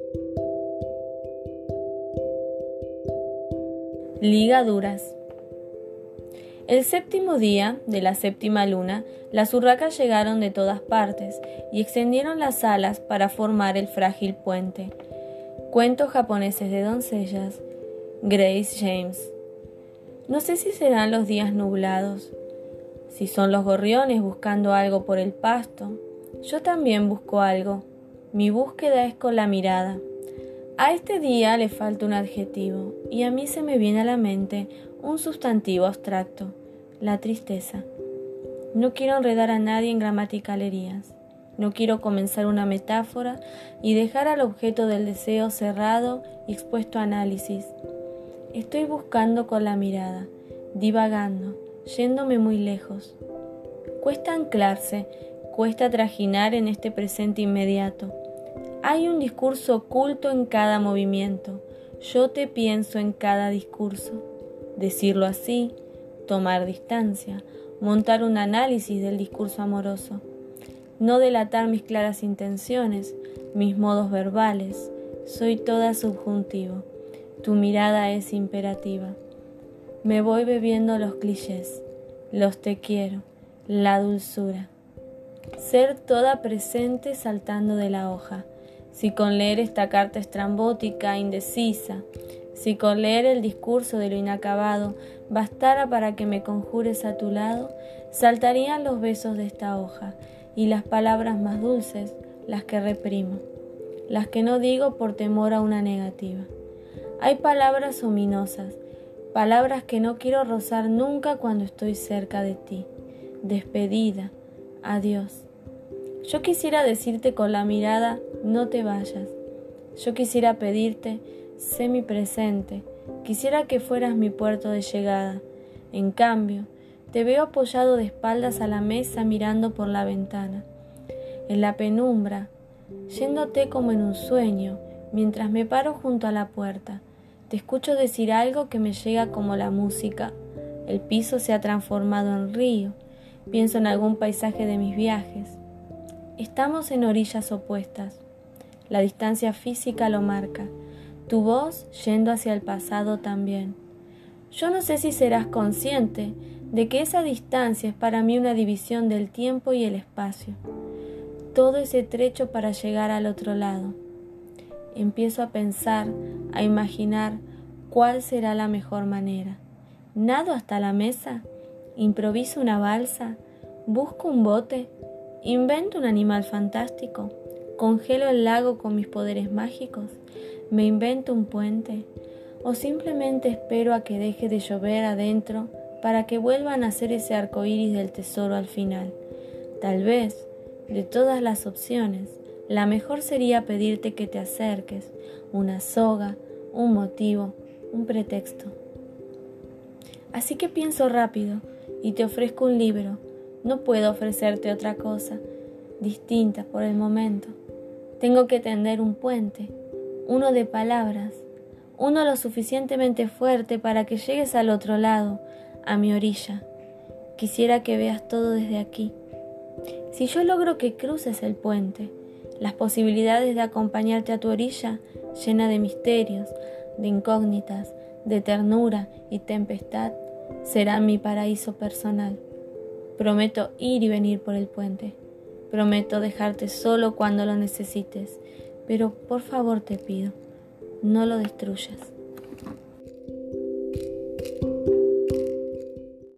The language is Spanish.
Ligaduras. El séptimo día de la séptima luna, las urracas llegaron de todas partes y extendieron las alas para formar el frágil puente. Cuentos japoneses de doncellas. Grace James. No sé si serán los días nublados, si son los gorriones buscando algo por el pasto. Yo también busco algo. Mi búsqueda es con la mirada. A este día le falta un adjetivo y a mí se me viene a la mente un sustantivo abstracto, la tristeza. No quiero enredar a nadie en gramaticalerías. No quiero comenzar una metáfora y dejar al objeto del deseo cerrado y expuesto a análisis. Estoy buscando con la mirada, divagando, yéndome muy lejos. Cuesta anclarse, cuesta trajinar en este presente inmediato. Hay un discurso oculto en cada movimiento. Yo te pienso en cada discurso. Decirlo así, tomar distancia, montar un análisis del discurso amoroso. No delatar mis claras intenciones, mis modos verbales. Soy toda subjuntivo. Tu mirada es imperativa. Me voy bebiendo los clichés, los te quiero, la dulzura. Ser toda presente saltando de la hoja. Si con leer esta carta estrambótica, indecisa, si con leer el discurso de lo inacabado bastara para que me conjures a tu lado, saltarían los besos de esta hoja y las palabras más dulces, las que reprimo, las que no digo por temor a una negativa. Hay palabras ominosas, palabras que no quiero rozar nunca cuando estoy cerca de ti. Despedida, adiós. Yo quisiera decirte con la mirada, no te vayas. Yo quisiera pedirte, sé mi presente. Quisiera que fueras mi puerto de llegada. En cambio, te veo apoyado de espaldas a la mesa mirando por la ventana. En la penumbra, yéndote como en un sueño, mientras me paro junto a la puerta. Te escucho decir algo que me llega como la música. El piso se ha transformado en río. Pienso en algún paisaje de mis viajes. Estamos en orillas opuestas. La distancia física lo marca. Tu voz yendo hacia el pasado también. Yo no sé si serás consciente de que esa distancia es para mí una división del tiempo y el espacio. Todo ese trecho para llegar al otro lado. Empiezo a pensar, a imaginar cuál será la mejor manera. ¿Nado hasta la mesa? ¿Improviso una balsa? ¿Busco un bote? ¿Invento un animal fantástico? ¿Congelo el lago con mis poderes mágicos? ¿Me invento un puente? ¿O simplemente espero a que deje de llover adentro para que vuelva a nacer ese arco iris del tesoro al final? Tal vez, de todas las opciones, la mejor sería pedirte que te acerques, una soga, un motivo, un pretexto. Así que pienso rápido y te ofrezco un libro. No puedo ofrecerte otra cosa, distinta por el momento. Tengo que tender un puente, uno de palabras, uno lo suficientemente fuerte para que llegues al otro lado, a mi orilla. Quisiera que veas todo desde aquí. Si yo logro que cruces el puente, las posibilidades de acompañarte a tu orilla, llena de misterios, de incógnitas, de ternura y tempestad, serán mi paraíso personal. Prometo ir y venir por el puente. Prometo dejarte solo cuando lo necesites. Pero por favor te pido, no lo destruyas.